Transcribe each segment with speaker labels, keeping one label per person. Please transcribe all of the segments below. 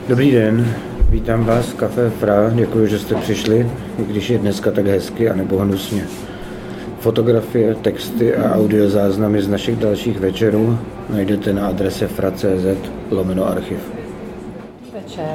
Speaker 1: Dobrý den, vítám vás v Café Fra, děkuji, že jste přišli, i když je dneska tak hezky a nebo hnusně. Fotografie, texty a audiozáznamy z našich dalších večerů najdete na adrese fra.cz/archiv.
Speaker 2: Večer.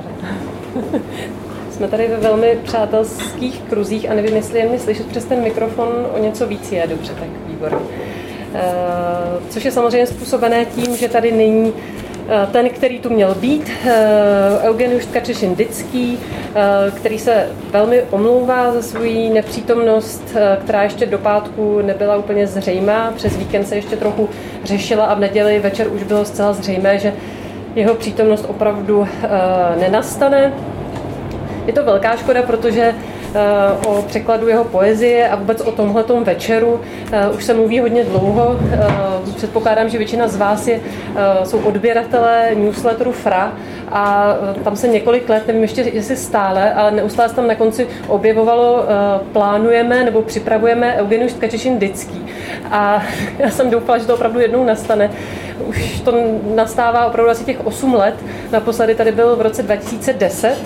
Speaker 2: Jsme tady ve velmi přátelských kruzích a nevím, jestli je mi slyšet přes ten mikrofon o něco víc je. Dobře, tak výborně. Což je samozřejmě způsobené tím, že tady není ten, který tu měl být, Eugeniusz Tkačešin-Dycký, který se velmi omlouvá za svou nepřítomnost, která ještě do pátku nebyla úplně zřejmá. Přes víkend se ještě trochu řešila a v neděli večer už bylo zcela zřejmé, že jeho přítomnost opravdu nenastane. Je to velká škoda, protože o překladu jeho poezie a vůbec o tomhletom večeru už se mluví hodně dlouho. Předpokládám, že většina z vás jsou odběratelé newsletteru Fra a tam se několik let, nevím ještě jestli stále, ale neustále se tam na konci objevovalo plánujeme nebo připravujeme Eugeniusz Tkačešin-Dycký. A já jsem doufala, že to opravdu jednou nastane. Už to nastává opravdu asi těch 8 let. Naposledy tady byl v roce 2010,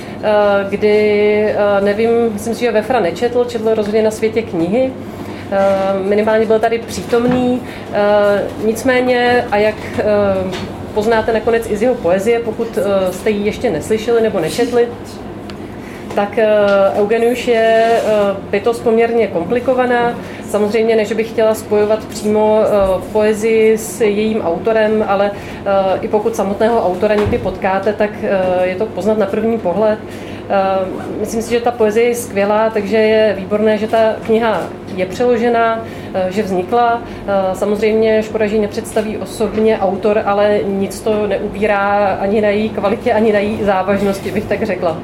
Speaker 2: kdy, nevím, myslím si, že ve Fra četl rozhodně na Světě knihy. Minimálně byl tady přítomný. Nicméně, a jak poznáte nakonec i z jeho poezie, pokud jste ji ještě neslyšeli nebo nečetli, tak Eugeniusz je bytost poměrně komplikovaná. Samozřejmě ne, že bych chtěla spojovat přímo poezii s jejím autorem, ale i pokud samotného autora někdy potkáte, tak je to poznat na první pohled. Myslím si, že ta poezie je skvělá, takže je výborné, že ta kniha je přeložená, že vznikla. Samozřejmě škoda, že ji nepředstaví osobně autor, ale nic to neubírá ani na její kvalitě, ani na její závažnosti, bych tak řekla.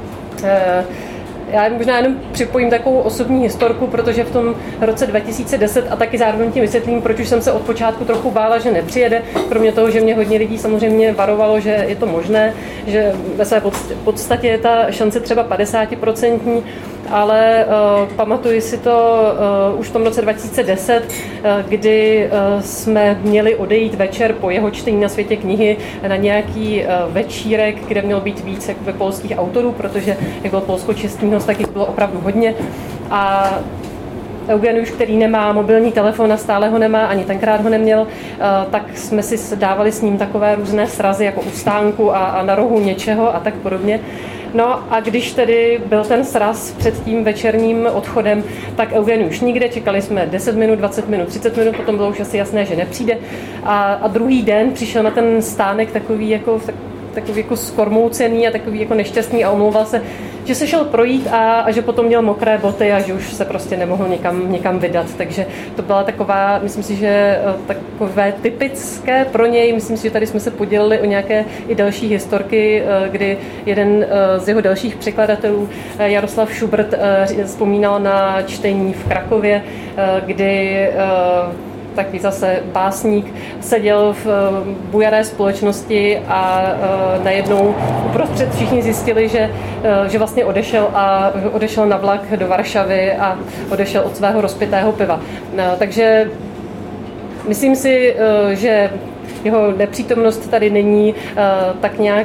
Speaker 2: Já možná jenom připojím takovou osobní historku, protože v tom roce 2010 a taky zároveň tím vysvětlím, proč už jsem se od počátku trochu bála, že nepřijede, kromě toho, že mě hodně lidí samozřejmě varovalo, že je to možné, že ve své podstatě je ta šance třeba 50%, ale pamatuji si to už v tom roce 2010, kdy jsme měli odejít večer po jeho čtení na Světě knihy na nějaký večírek, kde mělo být víc jakoby polských autorů, protože jak byl polsko-čestný host, tak jich bylo opravdu hodně. A Eugeniusz, který nemá mobilní telefon a stále ho nemá, ani tenkrát ho neměl, tak jsme si dávali s ním takové různé srazy jako u stánku a na rohu něčeho a tak podobně. No a když tedy byl ten sraz před tím večerním odchodem, tak Eugeniusz nikde, čekali jsme 10 minut, 20 minut, 30 minut, potom bylo už asi jasné, že nepřijde. A druhý den přišel na ten stánek takový jako skormoucený a takový jako nešťastný a omlouval se, že se šel projít a že potom měl mokré boty a že už se prostě nemohl někam vydat. Takže to byla taková, myslím si, že takové typické pro něj. Myslím si, že tady jsme se podělili o nějaké i další historky, kdy jeden z jeho dalších překladatelů, Jaroslav Schubert, vzpomínal na čtení v Krakově, kdy taky zase básník seděl v bujaré společnosti a najednou uprostřed všichni zjistili, že vlastně odešel na vlak do Varšavy a odešel od svého rozpitého piva. Takže myslím si, že jeho nepřítomnost tady není tak nějak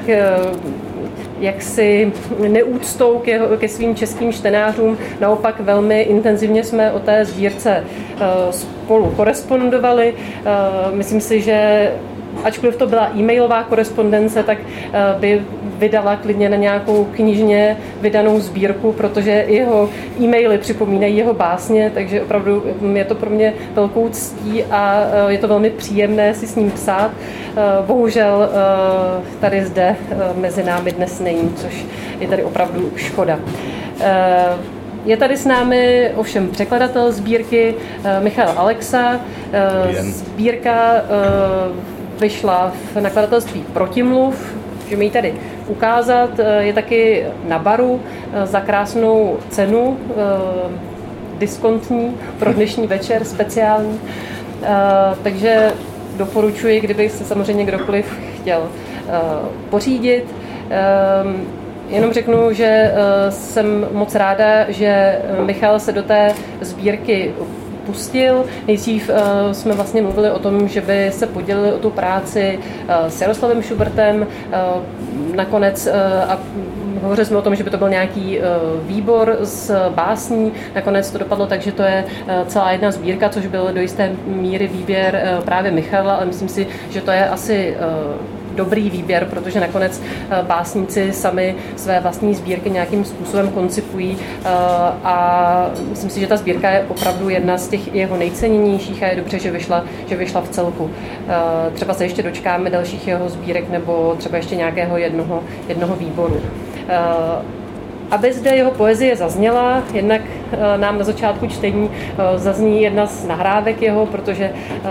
Speaker 2: jaksi neúctou ke svým českým čtenářům. Naopak velmi intenzivně jsme o té sbírce spolu korespondovali. Myslím si, že ačkoliv to byla e-mailová korespondence, tak by vydala klidně na nějakou knižně vydanou sbírku, protože jeho e-maily připomínají jeho básně, takže opravdu je to pro mě velkou ctí a je to velmi příjemné si s ním psát. Bohužel tady zde mezi námi dnes není, což je tady opravdu škoda. Je tady s námi ovšem překladatel sbírky Michal Alexa. Sbírka vyšla v nakladatelství Protimluv, můžeme ji tady ukázat. Je taky na baru za krásnou cenu, diskontní pro dnešní večer, speciální. Takže doporučuji, kdyby se samozřejmě kdokoliv chtěl pořídit. Jenom řeknu, že jsem moc ráda, že Michal se do té sbírky pustil. Nejdřív jsme vlastně mluvili o tom, že by se podělili o tu práci s Jaroslavem Šubertem, nakonec a hovořili jsme o tom, že by to byl nějaký výbor z básní. Nakonec to dopadlo tak, že to je celá jedna sbírka, což byl do jisté míry výběr právě Michala, ale myslím si, že to je asi dobrý výběr, protože nakonec básníci sami své vlastní sbírky nějakým způsobem koncipují a myslím si, že ta sbírka je opravdu jedna z těch jeho nejcennějších a je dobře, že vyšla v celku. Třeba se ještě dočkáme dalších jeho sbírek nebo třeba ještě nějakého jednoho výboru. Aby zde jeho poezie zazněla, jednak nám na začátku čtení zazní jedna z nahrávek jeho, protože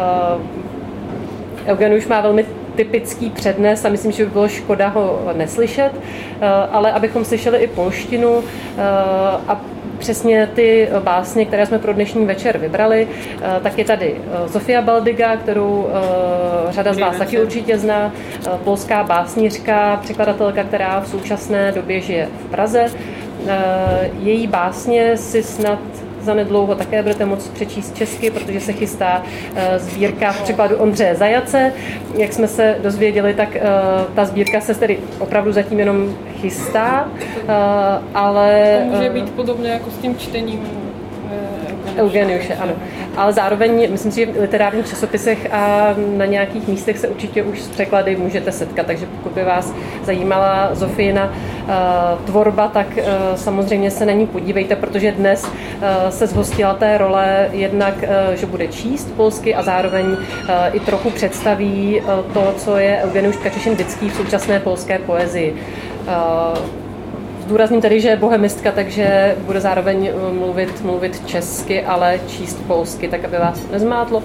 Speaker 2: Eugen už má velmi typický přednes a myslím, že by bylo škoda ho neslyšet, ale abychom slyšeli i polštinu a přesně ty básně, které jsme pro dnešní večer vybrali, tak je tady Zofia Baldiga, kterou řada z vás taky určitě zná, polská básnířka, překladatelka, která v současné době žije v Praze. Její básně si snad zanedlouho také budete moct přečíst česky, protože se chystá sbírka v překladu Ondřeje Zajace. Jak jsme se dozvěděli, tak ta sbírka se tedy opravdu zatím jenom chystá, ale...
Speaker 3: To může být podobně jako s tím čtením
Speaker 2: Eugeniuše, ano. Ale zároveň, myslím si, že v literárních časopisech a na nějakých místech se určitě už s překlady můžete setkat, takže pokud by vás zajímala Zofijina tvorba, tak samozřejmě se na ní podívejte, protože dnes se zhostila té role jednak, že bude číst polsky a zároveň i trochu představí to, co je Eugeniusz Kačišin-Dycký v současné polské poezii. Zdůrazním tedy, že je bohemistka, takže bude zároveň mluvit česky, ale číst polsky, tak aby vás nezmátlo.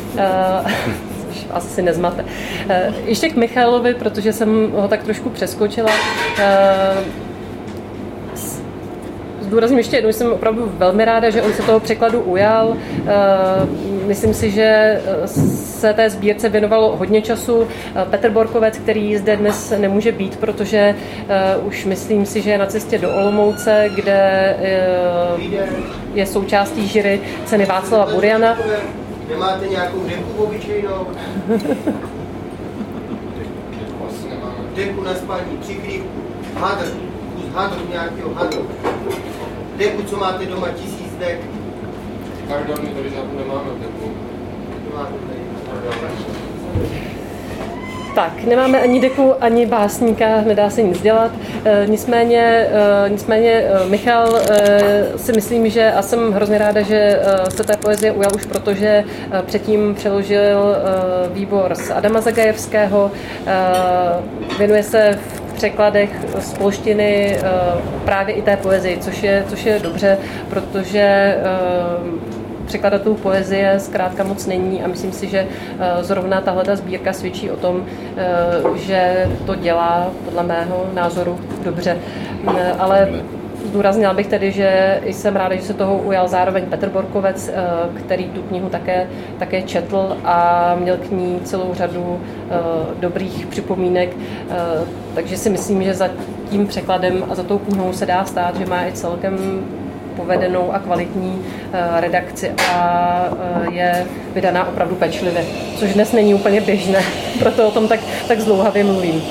Speaker 2: Asi nezmate. Ještě k Michalovi, protože jsem ho tak trošku přeskočila. Zdůrazním ještě jednou, že jsem opravdu velmi ráda, že on se toho překladu ujal. Myslím si, že se té sbírce věnovalo hodně času. Petr Borkovec, který zde dnes nemůže být, protože už myslím si, že je na cestě do Olomouce, kde je součástí jury ceny Václava Buriana.
Speaker 4: Nemáte nějakou deku obyčejnou? Deku na spaní, přikrývku, hadr, kus hadru, nějakého hadru. Deku, co máte doma, 1000 dek.
Speaker 5: Pardon, my tady žádnou nemáme deku.
Speaker 2: Tak, nemáme ani deku, ani básníka, nedá se nic dělat. Nicméně Michal si myslím, že a jsem hrozně ráda, že se té poezie ujal už proto, že předtím přeložil výbor z Adama Zagajevského, věnuje se v překladech z polštiny právě i té poezii, což je dobře, protože překladatelů poezie zkrátka moc není a myslím si, že zrovna tahle sbírka svědčí o tom, že to dělá podle mého názoru dobře. Ale zdůraznila bych tedy, že jsem ráda, že se toho ujal zároveň Petr Borkovec, který tu knihu také četl a měl k ní celou řadu dobrých připomínek, takže si myslím, že za tím překladem a za tou knihou se dá stát, že má i celkem povedenou a kvalitní redakci a je vydaná opravdu pečlivě, což dnes není úplně běžné, proto o tom tak zdlouhavě mluvím.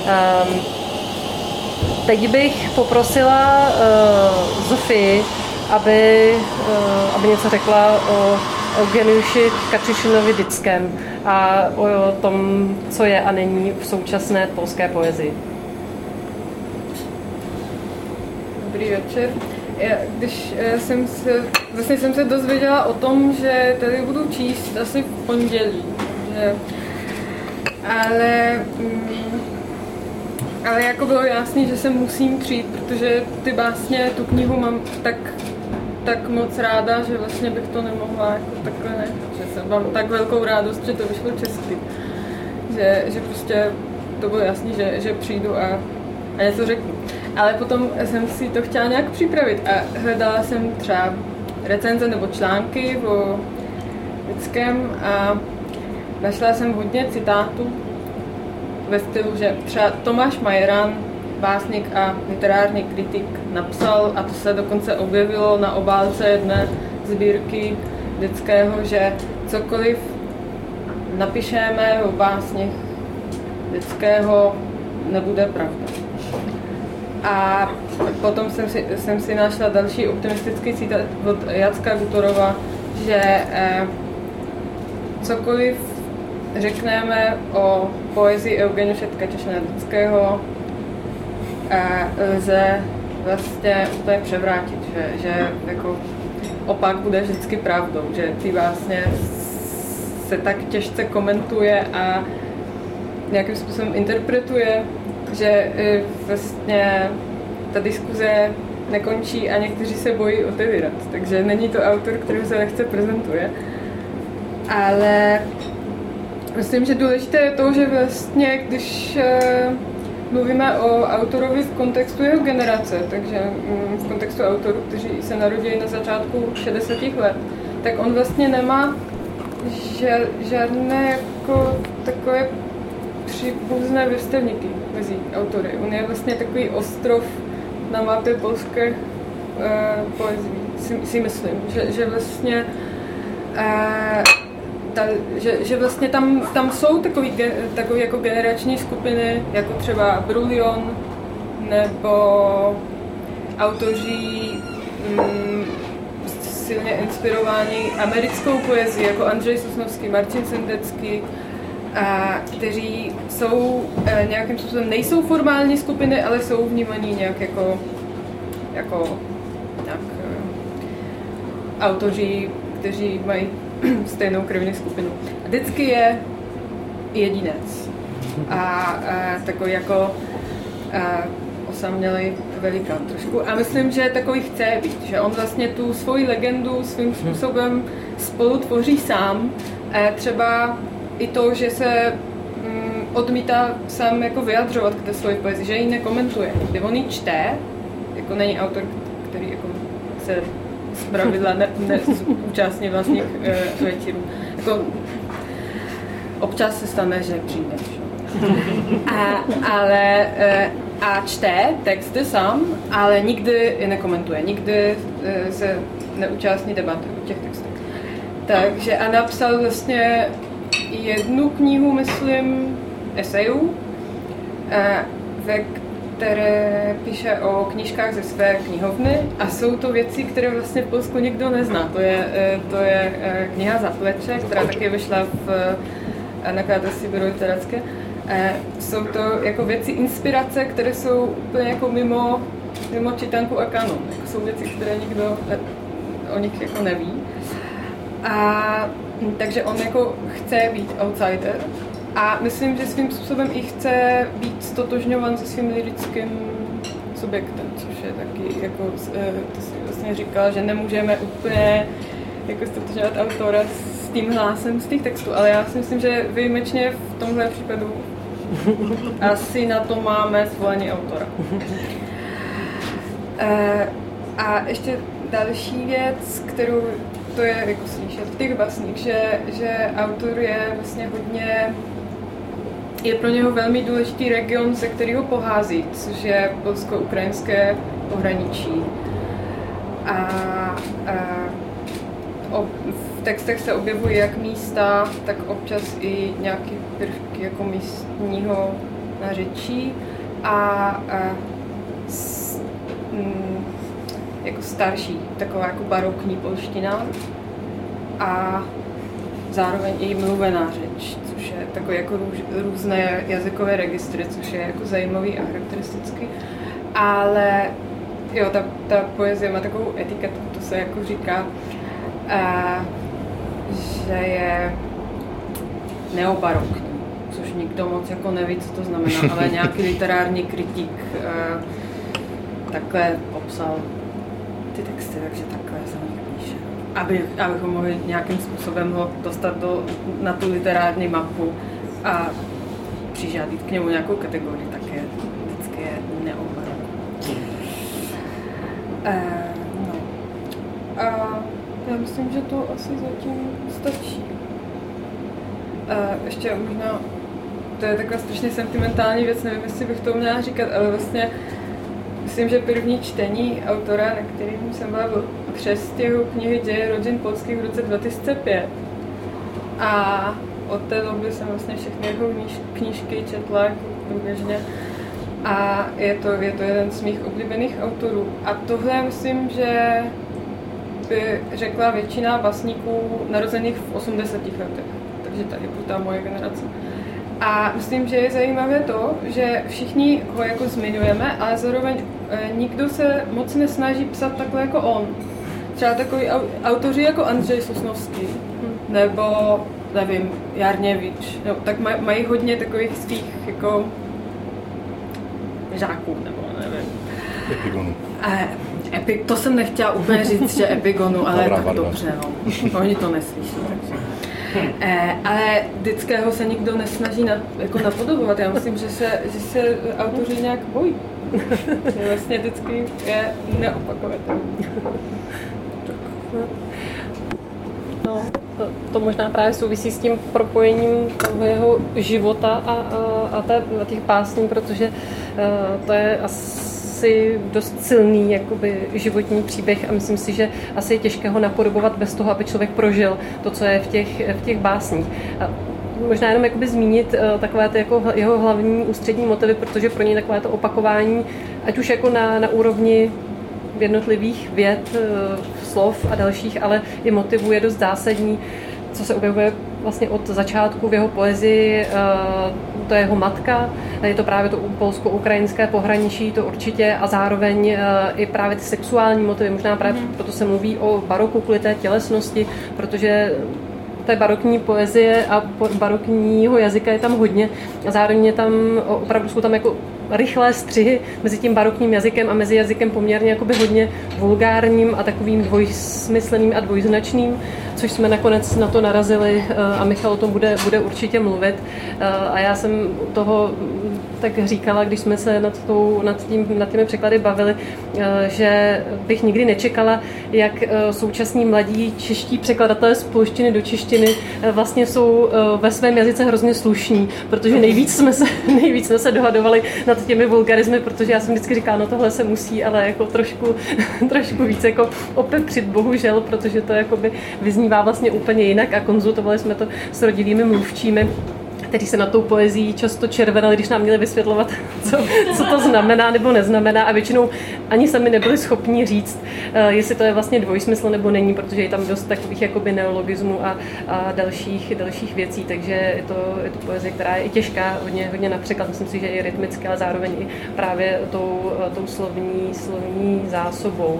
Speaker 2: Teď bych poprosila Zofii, aby něco řekla o Eugeniuši Kačišinovi-Dyckém a o tom, co je a není v současné polské poezii.
Speaker 3: Dobrý večer. Když jsem se dozvěděla o tom, že tady budu číst asi v pondělí, ale jako bylo jasný, že se musím přijít, protože ty básně, tu knihu mám tak moc ráda, že vlastně bych to nemohla jako takhle ne, že jsem mám tak velkou radost, že to vyšlo česky, že prostě to bylo jasný, že přijdu a něco řeknu. Ale potom jsem si to chtěla nějak připravit a hledala jsem třeba recenze nebo články o Dyckém a našla jsem hodně citátů ve stylu, že třeba Tomáš Majeran, básník a literární kritik, napsal, a to se dokonce objevilo na obálce jedné sbírky, lidského, že cokoliv napíšeme o básních lidského, nebude pravda. A potom jsem si našla další optimistický citát od Jacka Gutorova, že cokoliv řekneme o poezii Eugeniuše Tkačešina-Lidského, lze vlastně úplně převrátit, že jako opak bude vždycky pravdou, že ty vlastně se tak těžce komentuje a nějakým způsobem interpretuje, že vlastně ta diskuze nekončí a někteří se bojí otevírat. Takže není to autor, který se lehce prezentuje. Ale myslím, že důležité je to, že vlastně, když mluvíme o autorovi v kontextu jeho generace, takže v kontextu autorů, kteří se narodili na začátku 60. let, tak on vlastně nemá žádné jako takové příbuzné vrstevníky mezi autory. On je vlastně takový ostrov na mapě polské poezii, si myslím, že vlastně že vlastně tam jsou takový jako generační skupiny, jako třeba Brulion, nebo autoři silně inspirováni americkou poezí, jako Andřej Sosnovský, Martin Sendecký, kteří jsou nějakým způsobem, nejsou formální skupiny, ale jsou vnímaní nějak jako autoři, kteří mají stejnou krevní skupinu. A vždycky je jedinec a takový jako osamělý velikán trošku. A myslím, že takový chce být, že on vlastně tu svoji legendu svým způsobem spolu tvoří sám. Třeba i to, že se odmítá sám jako vyjadřovat k té svoji poezii, že ji nekomentuje. Kdy on ji čte, jako není autor, který jako se zpravidla neúčastní vlastních večerů. Jako, občas se stane, že přijde. A čte texty sám, ale nikdy je nekomentuje, nikdy se neúčastní debaty o těch textech. Takže a napsal vlastně jednu knihu, myslím, esejů, ve které píše o knížkách ze své knihovny a jsou to věci, které vlastně v Polsku nikdo nezná. To je kniha Zapleče, která taky vyšla v nakladatelství Biro literátské. Jsou to jako věci inspirace, které jsou úplně jako mimo čítanku a kanon. Jako jsou věci, které nikdo o nich jako neví. Takže on jako chce být outsider a myslím, že svým způsobem i chce být stotožňovan se svým lirickým subjektem, což je taky, jako, to si vlastně říkala, že nemůžeme úplně jako stotožňovat autora s tím hlásem z těch textů, ale já si myslím, že výjimečně v tomhle případu asi na to máme svolení autora. A ještě další věc, kterou to je jako slyšet v těch básních, že autor je vlastně je pro něho velmi důležitý region, ze kterého pochází, což je polsko-ukrajinské pohraničí. V textech se objevují jak místa, tak občas i nějaké prvky jako místního nářečí jako starší, taková jako barokní polština a zároveň i mluvená řeč, což je takové jako různé jazykové registry, což je jako zajímavý a charakteristický. Ale jo, ta poezie má takovou etiketu, to se jako říká, že je neobarokní, což nikdo moc jako neví, co to znamená, ale nějaký literární kritik takhle popsal ty texty, takže takhle se o nich píše. Abychom mohli nějakým způsobem ho dostat na tu literární mapu a přižádit k němu nějakou kategorii, tak je vždycky neobarokní. Já myslím, že to asi zatím stačí. Ještě možná, to je taková strašně sentimentální věc, nevím, jestli bych to měla říkat, ale vlastně myslím, že první čtení autora, na kterým jsem byla v křest jeho knihy Děje rodin polských v roce 2005. A od té doby jsem vlastně všechny jeho knížky četla jako průběžně. A je to jeden z mých oblíbených autorů. A tohle myslím, že by řekla většina básníků narozených v 80. letech. Takže tady ta moje generace. A myslím, že je zajímavé to, že všichni ho jako zmiňujeme, ale zároveň nikdo se moc nesnaží psat takhle jako on. Třeba takový autoři jako Andřej Sosnovský, nebo nevím, Jarněvič, no, tak mají hodně takových svých jako žáků, nebo nevím.
Speaker 6: Epigonu.
Speaker 3: To jsem nechtěla úplně říct, že epigonu, ale tak dobře, no. Oni to neslyší, takže. Ale Dyckého se nikdo nesnaží napodobovat. Já myslím, že se autoři nějak bojí. Vlastně Dycký je neopakovatelný.
Speaker 2: No, to možná právě souvisí s tím propojením toho jeho života a těch básní, protože to je asi dost silný jakoby životní příběh a myslím si, že asi je těžké ho napodobovat bez toho, aby člověk prožil to, co je v těch básních. A možná jenom jakoby zmínit takové ty jako jeho hlavní ústřední motivy, protože pro něj takové to opakování, ať už jako na úrovni jednotlivých vět, slov a dalších, ale i motivů je dost zásadní, co se objevuje vlastně od začátku v jeho poezii. To je jeho matka, je to právě to polsko-ukrajinské pohraničí, to určitě, a zároveň i právě ty sexuální motivy, možná právě proto se mluví o baroku kvůli té tělesnosti, protože té barokní poezie a barokního jazyka je tam hodně a zároveň je tam, opravdu jsou tam jako rychlé střihy mezi tím barokním jazykem a mezi jazykem poměrně jakoby hodně vulgárním a takovým dvojsmysleným a dvojznačným, což jsme nakonec na to narazili a Michal o tom bude určitě mluvit. A já jsem toho tak říkala, když jsme se nad těmi překlady bavili, že bych nikdy nečekala, jak současní mladí čeští překladatelé z polštiny do češtiny vlastně jsou ve svém jazyce hrozně slušní, protože nejvíc jsme se dohadovali nad těmi vulgarizmy, protože já jsem vždycky říkala, no tohle se musí, ale jako trošku víc jako opepřit, bohužel, protože to jakoby vyznívá vlastně úplně jinak a konzultovali jsme to s rodilými mluvčími, kteří se na tou poezí často červenali, když nám měli vysvětlovat, co to znamená nebo neznamená, a většinou ani sami nebyli schopni říct, jestli to je vlastně dvojsmysl nebo není, protože je tam dost takových jakoby neologismů a dalších věcí, takže je to poezie, která je i těžká, hodně na překlad, myslím si, že je rytmická, ale zároveň i právě tou slovní zásobou.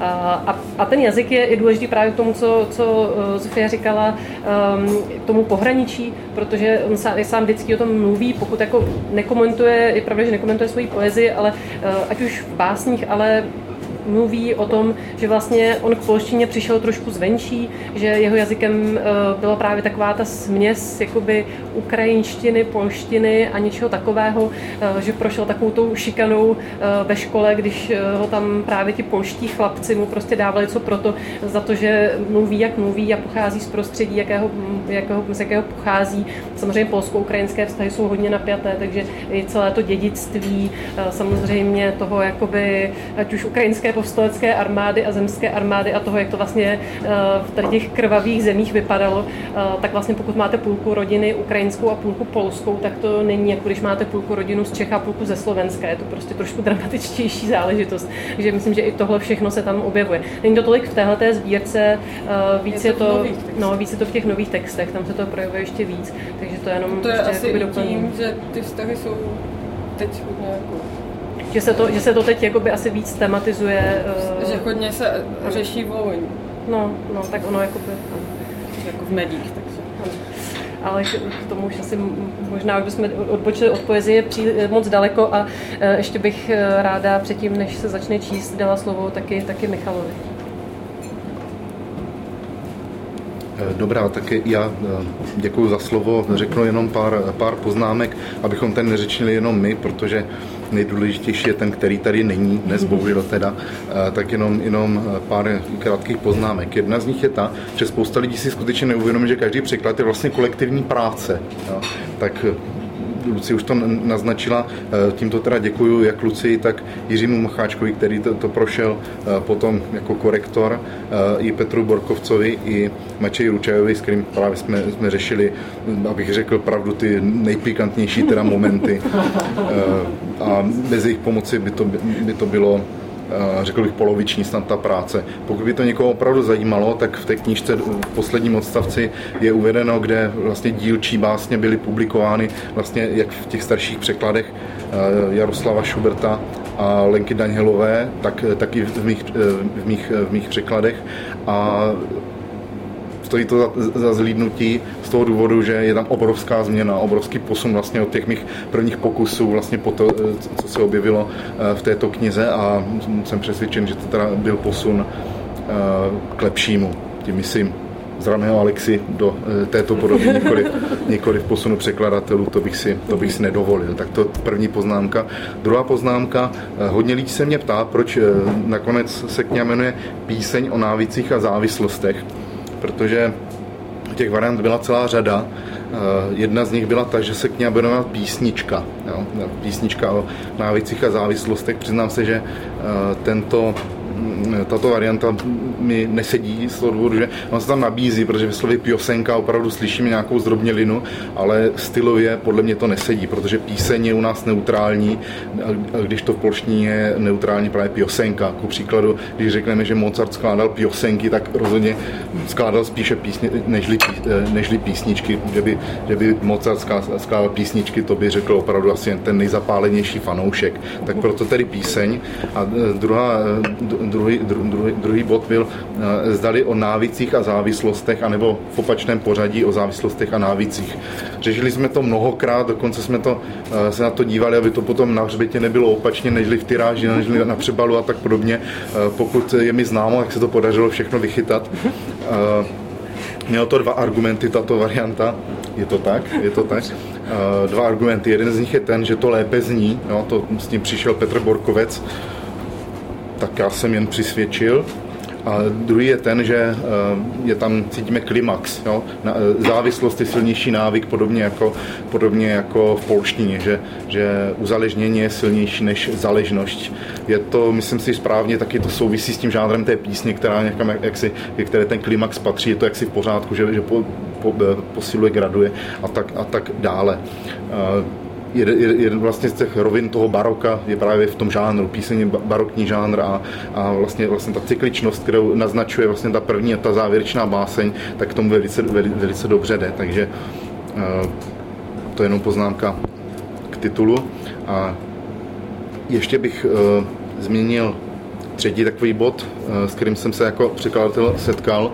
Speaker 2: A ten jazyk je důležitý právě k tomu, co Zofia říkala, tomu pohraničí, protože on sám vždycky o tom mluví, pokud jako nekomentuje, je pravda, že nekomentuje svoji poezii, ale ať už v básních, ale mluví o tom, že vlastně on k polštině přišel trošku zvenčí, že jeho jazykem byla právě taková ta směs jakoby ukrajinštiny, polštiny a něčeho takového, že prošel takovou tou šikanou ve škole, když ho tam právě ti polští chlapci mu prostě dávali co proto, za to, že mluví, jak mluví a pochází z prostředí, z jakého pochází. Samozřejmě polsko-ukrajinské vztahy jsou hodně napjaté, takže i celé to dědictví, samozřejmě toho jakoby, ať už ukrajinské povstalecké armády a zemské armády a toho, jak to vlastně v tady těch krvavých zemích vypadalo, tak vlastně pokud máte půlku rodiny ukrajinskou a půlku polskou, tak to není jako když máte půlku rodinu z Čech a půlku ze Slovenska. Je to prostě trošku dramatičtější záležitost. Takže myslím, že i tohle všechno se tam objevuje. Není to tolik v téhleté sbírce, víc je to v těch nových textech, tam se to projevuje ještě víc. Takže to je jenom
Speaker 3: to je
Speaker 2: prostě
Speaker 3: asi tím, že ty vztahy jsou teď hodně jako
Speaker 2: že se to teď jakoby asi víc tematizuje.
Speaker 3: Že hodně se řeší vojny.
Speaker 2: No, tak ono jakoby...
Speaker 3: Jako v médiích, takže...
Speaker 2: Ale k tomu už asi možná už bychom odbočili od poezie moc daleko a ještě bych ráda předtím, než se začne číst, dala slovo taky Michalovi.
Speaker 6: Dobrá, tak já děkuji za slovo, řeknu jenom pár poznámek, abychom tady neřečnili jenom my, protože nejdůležitější je ten, který tady není, dnes bohužel teda, tak jenom pár krátkých poznámek. Jedna z nich je ta, že spousta lidí si skutečně neuvědomí, že každý překlad je vlastně kolektivní práce. Jo? Tak Lucie už to naznačila, tímto teda děkuju jak Lucii, tak Jiřímu Macháčkovi, který to prošel potom jako korektor, i Petru Borkovcovi, i Mačeji Ručajovi, s kterým právě jsme řešili, abych řekl pravdu, ty nejpikantnější teda momenty. A bez jejich pomoci by to bylo, řekl bych, poloviční snad ta práce. Pokud by to někoho opravdu zajímalo, tak v té knížce v posledním odstavci je uvedeno, kde vlastně dílčí básně byly publikovány vlastně jak v těch starších překladech Jaroslava Šuberta a Lenky Danělové, tak i v mých překladech. A stojí to za zhlídnutí z toho důvodu, že je tam obrovská změna, obrovský posun vlastně od těch mých prvních pokusů vlastně po to, co se objevilo v této knize, a jsem přesvědčen, že to teda byl posun k lepšímu. Tím myslím z raného Alexi do této podoby, nikoli v posunu překladatelů, to bych si nedovolil. Tak to první poznámka. Druhá poznámka, hodně lidí se mě ptá, proč nakonec se kniha jmenuje Píseň o návycích a závislostech, protože těch variant byla celá řada. Jedna z nich byla ta, že se kniha bude jmenovat Písnička. Jo? Písnička o návycích a závislostech. Přiznám se, že tato varianta mi nesedí z toho důvodu, že on se tam nabízí, protože ve slově piosenka opravdu slyšíme nějakou zdrobnělinu, ale stylově podle mě to nesedí, protože píseň je u nás neutrální, když to v polštině je neutrální právě piosenka. Ku příkladu, když řekneme, že Mozart skládal piosenky, tak rozhodně skládal spíše písně, nežli písničky. Že by Mozart skládal písničky, to by řekl opravdu asi ten nejzapálenější fanoušek. Tak proto tedy píseň. A druhý bod byl, zdali o návycích a závislostech, anebo v opačném pořadí o závislostech a návycích. Řešili jsme to mnohokrát, dokonce jsme se na to dívali, aby to potom na hřbetě nebylo opačně, nežli v tiráži, nežli na přebalu a tak podobně. Pokud je mi známo, jak se to podařilo všechno vychytat. Mělo to dva argumenty, tato varianta. Je to tak? Dva argumenty. Jeden z nich je ten, že to lépe zní. Jo, to s tím přišel Petr Borkovec, tak já jsem jen přisvědčil. A druhý je ten, že cítíme klimax. Jo? Závislost je silnější návyk, podobně jako v polštině, že uzaležnění je silnější než záležnost. Je to, myslím si správně, taky to souvisí s tím žánrem té písně, která někam, které ten klimax patří, je to jaksi v pořádku, že posiluje, graduje a tak dále. Vlastně z těch rovin toho baroka je právě v tom žánru, píseň je barokní žánr a vlastně ta cykličnost, kterou naznačuje vlastně ta první a ta závěrečná báseň, tak k tomu velice dobře jde, takže to je jenom poznámka k titulu. A ještě bych zmínil třetí takový bod, s kterým jsem se jako překladatel setkal.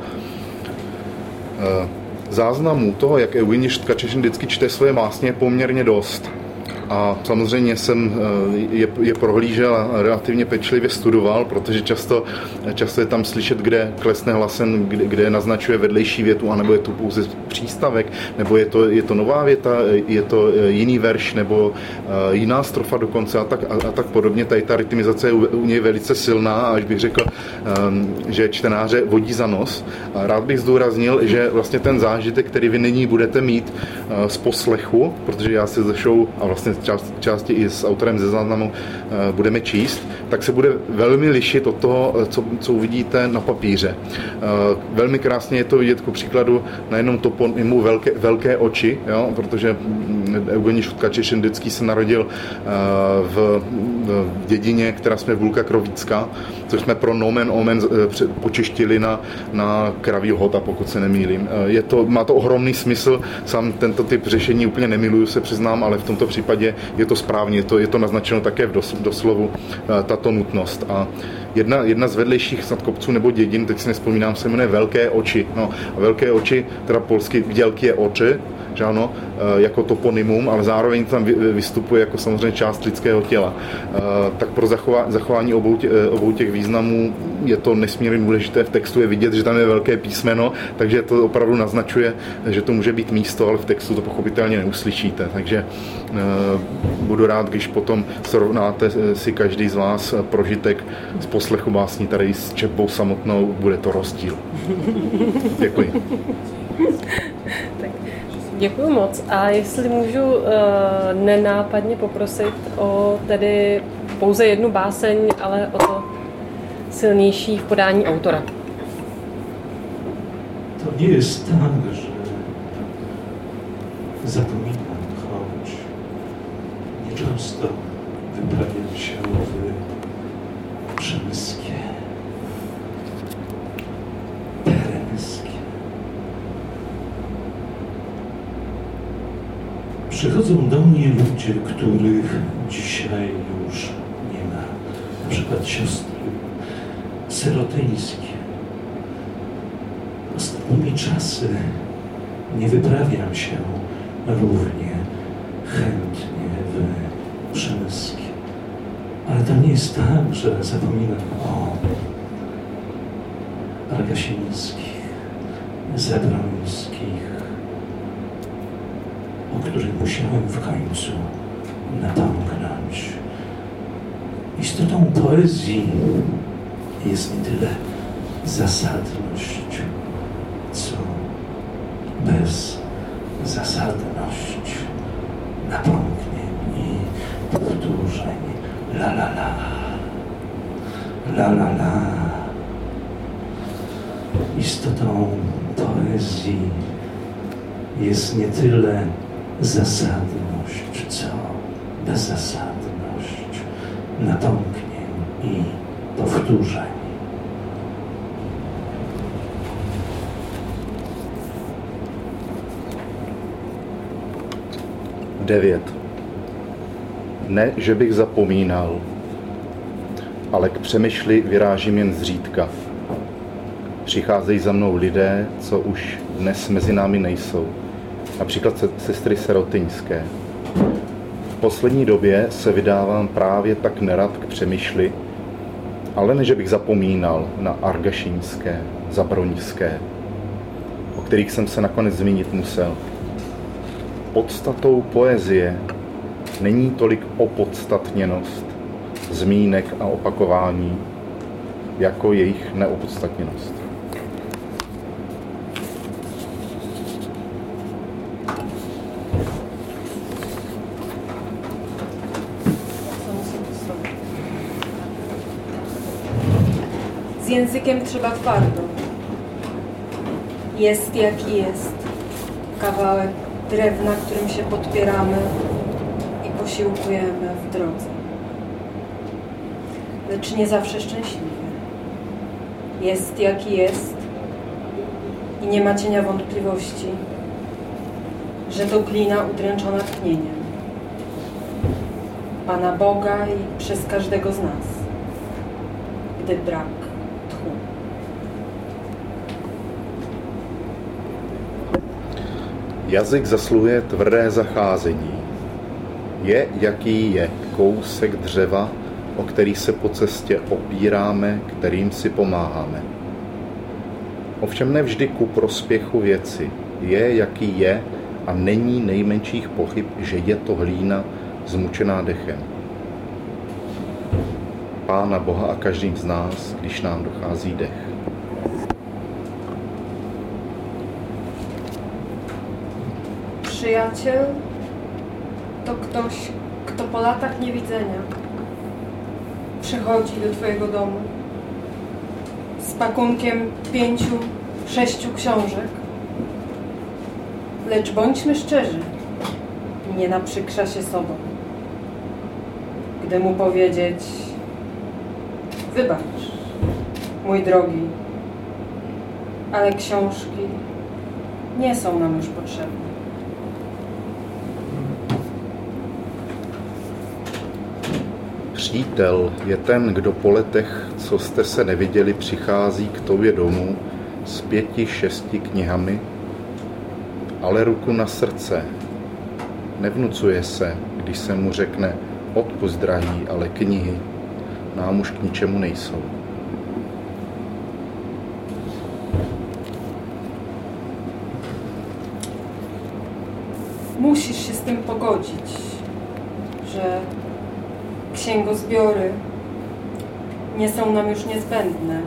Speaker 6: Záznamů toho, jak Eugeniusz Tkačešin vždycky čte svoje básně, je poměrně dost. A samozřejmě jsem je prohlížel a relativně pečlivě studoval, protože často je tam slyšet, kde klesne hlasem, kde naznačuje vedlejší větu, anebo je to pouze přístavek, nebo je to nová věta, je to jiný verš, nebo jiná strofa dokonce a tak podobně. Tady ta rytmizace je u něj velice silná, až bych řekl, že čtenáře vodí za nos. A rád bych zdůraznil, že vlastně ten zážitek, který vy nyní budete mít z poslechu, protože já si ze show a vlastně části i s autorem ze záznamu budeme číst, tak se bude velmi lišit od toho, co uvidíte na papíře. Velmi krásně je to vidět ku příkladu na jednom toponymu velké oči, jo, protože Eugeniusz Tkačešin vždycky se narodil v dědině, která jsme Vulka Krovícka, což jsme pro nomen omen počeštili na Kraví Lhota, pokud se nemýlím. Má to ohromný smysl, sám tento typ řešení úplně nemiluju, se přiznám, ale v tomto případě je to správně, je to naznačeno také v doslovu tato nutnost. A jedna z vedlejších snad kopců nebo dědin, teď si nespomínám, se jmenuje Velké oči. No, a Velké oči, teda polsky Wielkie oczy, že ano, jako toponymum, ale zároveň tam vystupuje jako samozřejmě část lidského těla. Tak pro zachování obou těch významů je to nesmírně důležité. V textu je vidět, že tam je velké písmeno, takže to opravdu naznačuje, že to může být místo, ale v textu to pochopitelně neuslyšíte. Takže budu rád, když potom srovnáte si každý z vás prožitek z poslechu básní tady s četbou samotnou, bude to rozdíl. Děkuji.
Speaker 2: Tak Děkuji moc. A jestli můžu nenápadně poprosit o tedy pouze jednu báseň, ale o to silnější v podání autora.
Speaker 7: To nie jest tak, że zapominam, choć nieczęsto wyprawiam się w przemyskie, teremyskie. Przychodzą do mnie ludzie, których dzisiaj już nie ma. Na przykład siostry syrotyńskie. Ostatnimi czasy nie wyprawiam się równie chętnie w przemyskie. Ale to nie jest tak, że zapominam o Argasińskich, Zebrońskich, o których musiałem w końcu napomknąć. Istotą poezji jest nie tyle zasadność, co bezzasadność, napomknień i powtórzeń. La la la, la la la. Istotą poezji jest nie tyle zasadność, co bezzasadność, napomknień i powtórzeń.
Speaker 6: Ne, že bych zapomínal, ale k přemýšli vyrážím jen zřídka. Přicházejí za mnou lidé, co už dnes mezi námi nejsou. Například sestry Sirotyňské. V poslední době se vydávám právě tak nerad k přemýšli, ale ne, že bych zapomínal na Argašínské, Zabroňské, o kterých jsem se nakonec zmínit musel. Podstatou poezie není tolik opodstatněnost zmínek a opakování, jako jejich neopodstatněnost.
Speaker 8: Z językiem trzeba twardo. Jest jaki jest. Kawałek drewna, którym się podpieramy i posiłkujemy w drodze. Lecz nie zawsze szczęśliwie. Jest jaki jest i nie ma cienia wątpliwości, że to glina udręczona tchnieniem Pana Boga i przez każdego z nas, gdy brak tchu.
Speaker 6: Jazyk zasluhuje tvrdé zacházení. Je, jaký je, kousek dřeva, o který se po cestě opíráme, kterým si pomáháme. Ovšem nevždy ku prospěchu věci. Je, jaký je a není nejmenších pochyb, že je to hlína zmučená dechem. Pána Boha a každým z nás, když nám dochází dech.
Speaker 8: Przyjaciel to ktoś, kto po latach niewidzenia przychodzi do twojego domu z pakunkiem 5-6 książek. Lecz bądźmy szczerzy, nie naprzykrza się sobą, gdy mu powiedzieć: wybacz, mój drogi, ale książki nie są nam już potrzebne.
Speaker 6: Přítel je ten, kdo po letech, co jste se neviděli, přichází k tobě domů s 5-6 knihami, ale ruku na srdce. Nevnucuje se, když se mu řekne: odpusť, drahý, ale knihy nám už k ničemu nejsou.
Speaker 8: Musisz się z tym pogodzić, że księgozbiory nie są nam już niezbędne.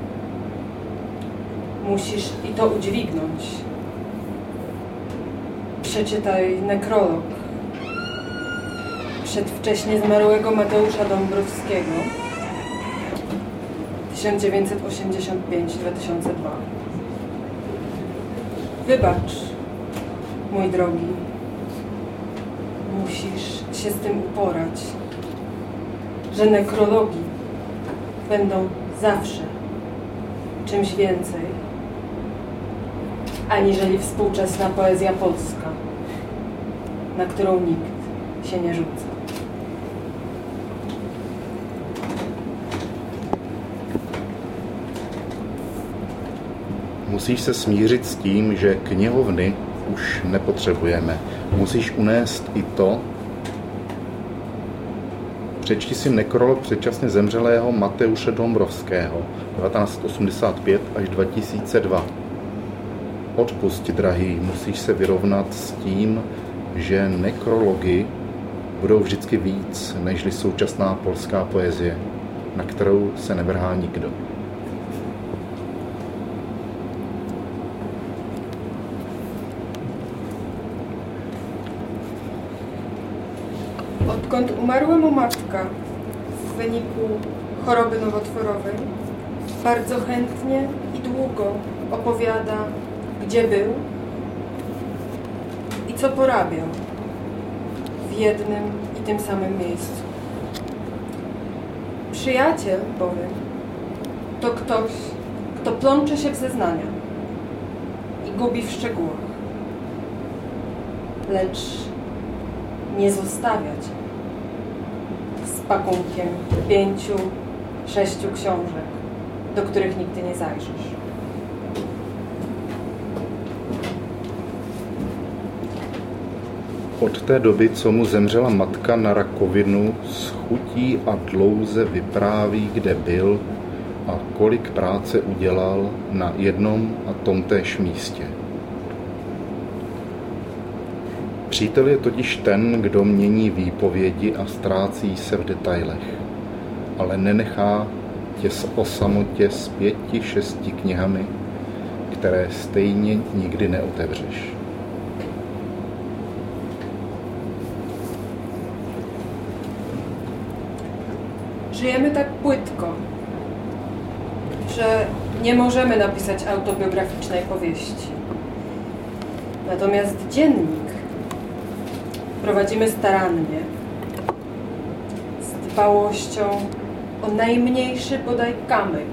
Speaker 8: Musisz i to udźwignąć. przeczytaj nekrolog przedwcześnie zmarłego Mateusza Dąbrowskiego 1985-2002. Wybacz, mój drogi, musisz się z tym uporać, że nekrologi będą zawsze czymś więcej, aniżeli współczesna poezja polska, na którą nikt się nie rzuca.
Speaker 6: Musíš se smířit s tím, že knihovny už nepotřebujeme. Musíš unést i to. Přečti si nekrolog předčasně zemřelého Mateuše Dombrovského 1985 až 2002. Odpusť, drahý, musíš se vyrovnat s tím, že nekrology budou vždycky víc, nežli současná polská poezie, na kterou se nevrhá nikdo.
Speaker 8: Odkąd umarła mu matka w wyniku choroby nowotworowej, bardzo chętnie i długo opowiada, gdzie był i co porabiał w jednym i tym samym miejscu. Przyjaciel bowiem to ktoś, kto plącze się w zeznania i gubi w szczegółach, lecz nie zostawiać z pakunkiem 5-6 książek, do których nigdy nie zajrzysz.
Speaker 6: Od té doby, co mu zemřela matka na rakovinu, s chutí a dlouze vypráví, kde byl a kolik práce udělal na jednom a tomtéž místě. Přítel je totiž ten, kdo mění výpovědi a ztrácí se v detailech, ale nenechá tě o samotě s 5-6 knihami, které stejně nikdy neotevřeš.
Speaker 8: Żyjemy tak płytko, że nie możemy napisać autobiograficznej powieści. Natomiast dziennik prowadzimy starannie, z dbałością o najmniejszy bodaj kamyk,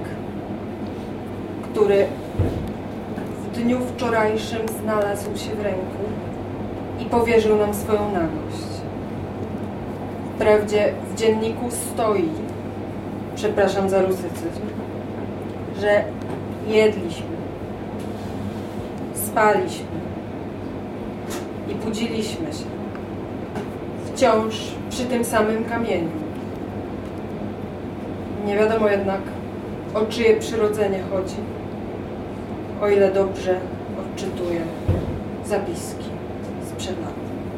Speaker 8: który w dniu wczorajszym znalazł się w ręku i powierzył nam swoją nagość. Wprawdzie w dzienniku stoi, przepraszam za rusycyzm, że jedliśmy, spaliśmy i budziliśmy się wciąż przy tym samym kamieniu. Nie wiadomo jednak, o czyje przyrodzenie chodzi, o ile dobrze odczytuję zapiski sprzed lat.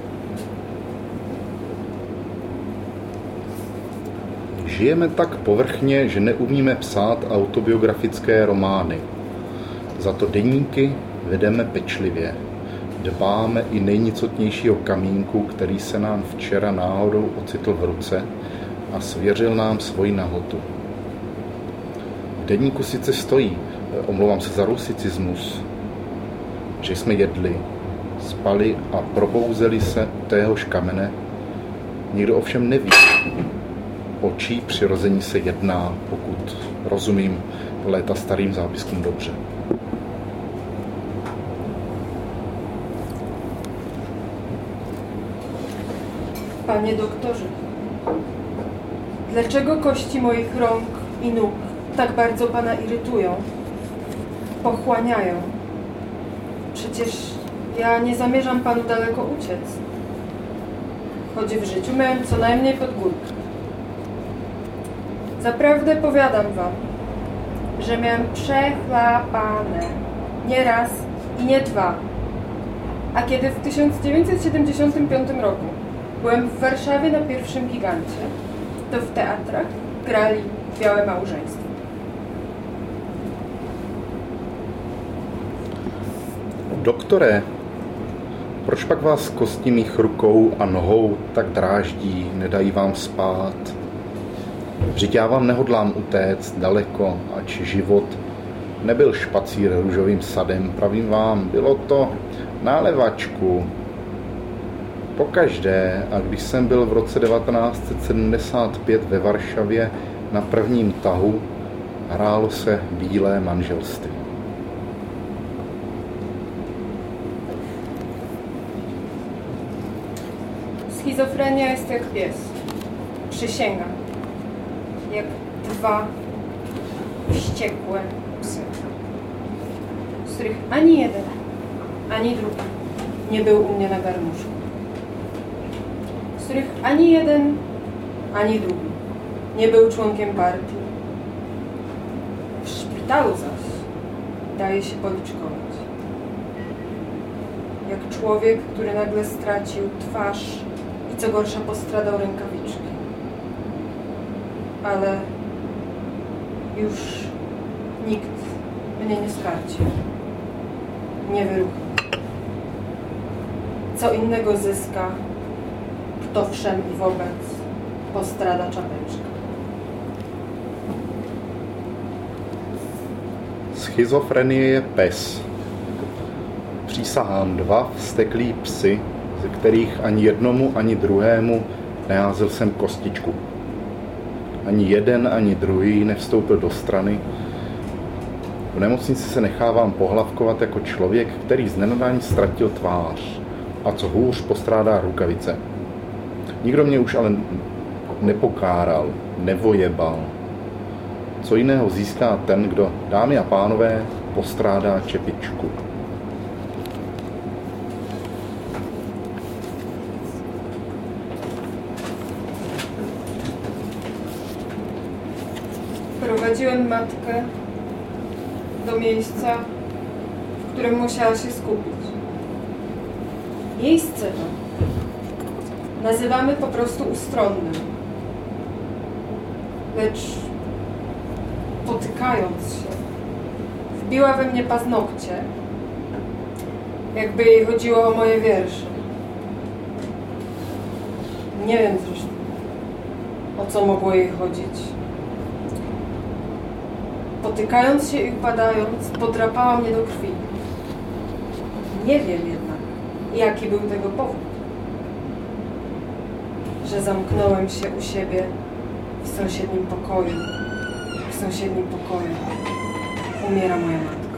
Speaker 6: Žijeme tak povrchně, že neumíme psát autobiografické romány. Za to deníky vedeme pečlivě. Dbáme i nejnicotnějšího kamínku, který se nám včera náhodou ocitl v ruce a svěřil nám svoji nahotu. V deníku sice stojí, omlouvám se za rusicismus, že jsme jedli, spali a probouzeli se u téhož kamene. Nikdo ovšem neví, o čí přirození se jedná, pokud rozumím léta starým zápiskům dobře.
Speaker 8: Panie doktorze, dlaczego kości moich rąk i nóg tak bardzo pana irytują, pochłaniają? Przecież ja nie zamierzam panu daleko uciec, choć w życiu miałem co najmniej pod górkę. Zaprawdę powiadam wam, że miałem przechlapane nie raz i nie dwa. A kiedy w 1975 roku byłem w Warszawie na pierwszym Gigancie, to w teatrach grali Białe małżeństwo.
Speaker 6: Doktore, Proč pak vás kosti mých rukou a nohou tak dráždí, nedají vám spát? Vždyť já vám nehodlám utéct daleko, ač život nebyl špacír růžovým sadem, pravím vám, bylo to na levačku. Pokaždé, a když jsem byl v roce 1975 ve Varšavě na prvním tahu, hrálo se bílé manželství.
Speaker 8: Schizofrenia jest jak pies. Przysięgam. Jak dwa wściekłe psy, z których ani jeden, ani drugi nie był u mnie na garnuszku. Z których ani jeden, ani drugi nie był członkiem partii. W szpitalu zaś daje się policzkować. Jak człowiek, który nagle stracił twarz i co gorsza postradał rękawiczki. Ale już nikt mnie nie skarci, nie wyrucha. Co innego zyska, kto wszem i wobec postrada czapeczka.
Speaker 6: Schizofrenie je pes. Přísahám, dva vzteklí psy, ze kterých ani jednomu, ani druhému neházel jsem kostičku. Ani jeden, ani druhý nevstoupil do strany. V nemocnici se nechávám pohlavkovat jako člověk, který z nenadání ztratil tvář a co hůř postrádá rukavice. Nikdo mě už ale nepokáral, nevojebal. Co jiného získá ten, kdo, dámy a pánové, postrádá čepičku.
Speaker 8: Prowadziłem matkę do miejsca, w którym musiała się skupić. Miejsce to nazywamy po prostu ustronnym. Lecz potykając się, wbiła we mnie paznokcie, jakby jej chodziło o moje wiersze. Nie wiem zresztą, o co mogło jej chodzić. Potykając się i upadając, podrapała mnie do krwi. Nie wiem jednak, jaki był tego powód. Że zamknąłem się u siebie w sąsiednim pokoju. W sąsiednim pokoju umiera moja matka.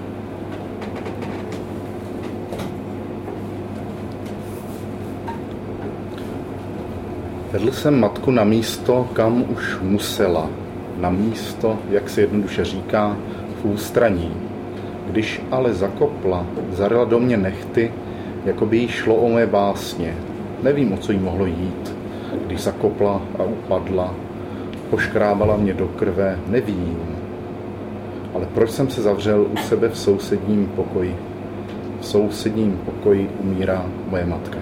Speaker 6: Vedl jsem matku na místo, kam už musela. Na místo, jak se jednoduše říká, v ústraní. Když ale zakopla, zaryla do mě nehty, jako by jí šlo o mé básně. Nevím, o co jí mohlo jít. Když zakopla a upadla, poškrábala mě do krve, nevím. Ale proč jsem se zavřel u sebe v sousedním pokoji? V sousedním pokoji umírá moje matka.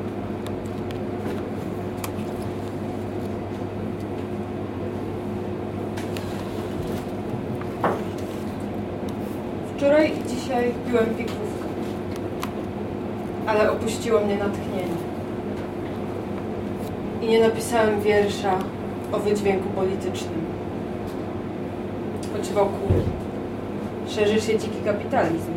Speaker 8: Wczoraj i dzisiaj piłem piekrówkę, ale opuściło mnie natchnienie. I nie napisałem wiersza o wydźwięku politycznym. Choć wokół szerzy się dziki kapitalizm.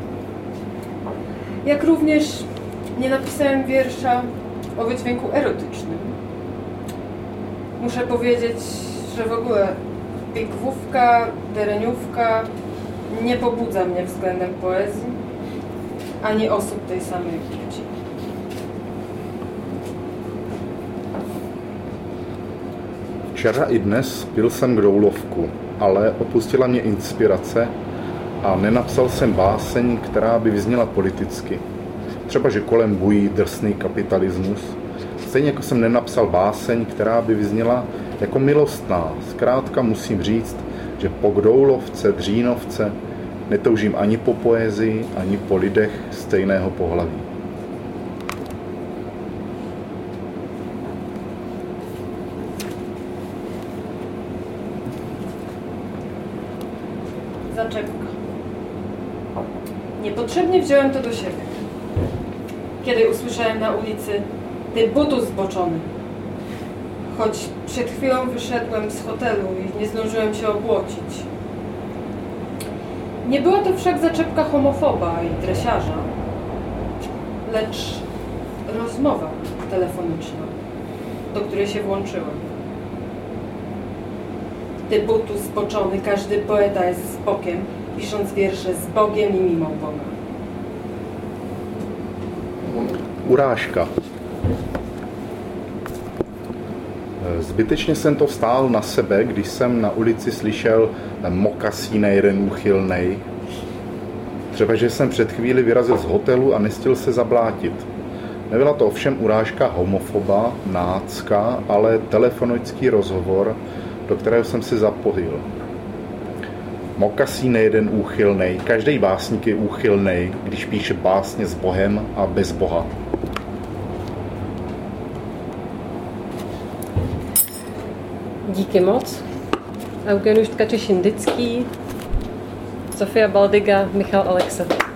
Speaker 8: Jak również nie napisałem wiersza o wydźwięku erotycznym. Muszę powiedzieć, że w ogóle piekrówka, tereniówka nie pobudza mnie względem poezji, ani osób tej samej płci.
Speaker 6: Včera i dnes pil jsem Groulovku, ale opustila mě inspirace a nenapsal jsem báseň, která by vyzněla politicky. Třeba, že kolem bují drsný kapitalismus. Stejně jako jsem nenapsal báseň, která by vyzněla jako milostná. Zkrátka musím říct, že po Groulovce, Dřínovce netoužím ani po poezii, ani po lidech stejného pohlaví.
Speaker 8: Zaczepka. Niepotrzebnie wziąłem to do siebie. kiedy usłyszałem na ulicy: ty butu zboczony. Choć przed chwilą wyszedłem z hotelu i nie zdążyłem się obłocić. Nie była to wszak zaczepka homofoba i dresiarza, lecz rozmowa telefoniczna, do której się włączyłem. Ty butu zboczony, każdy poeta jest z bokiem, pisząc wiersze z Bogiem i mimo Boga.
Speaker 6: Urážka. Zbytečně jsem to vstál na sebe, když jsem na ulici slyšel mokasínej jeden úchylnej. Třeba, že jsem před chvíli vyrazil z hotelu a nestihl se zablátit. Nebyla to ovšem urážka homofoba, nácka, ale telefonický rozhovor, do kterého jsem se zapojil. Mokasínej jeden úchylnej. Každý básník je úchylnej, když píše básně s Bohem a bez Boha.
Speaker 2: Díky moc. Eugen Tkačeš Indický, Sofia Baldiga, Michal Alexa.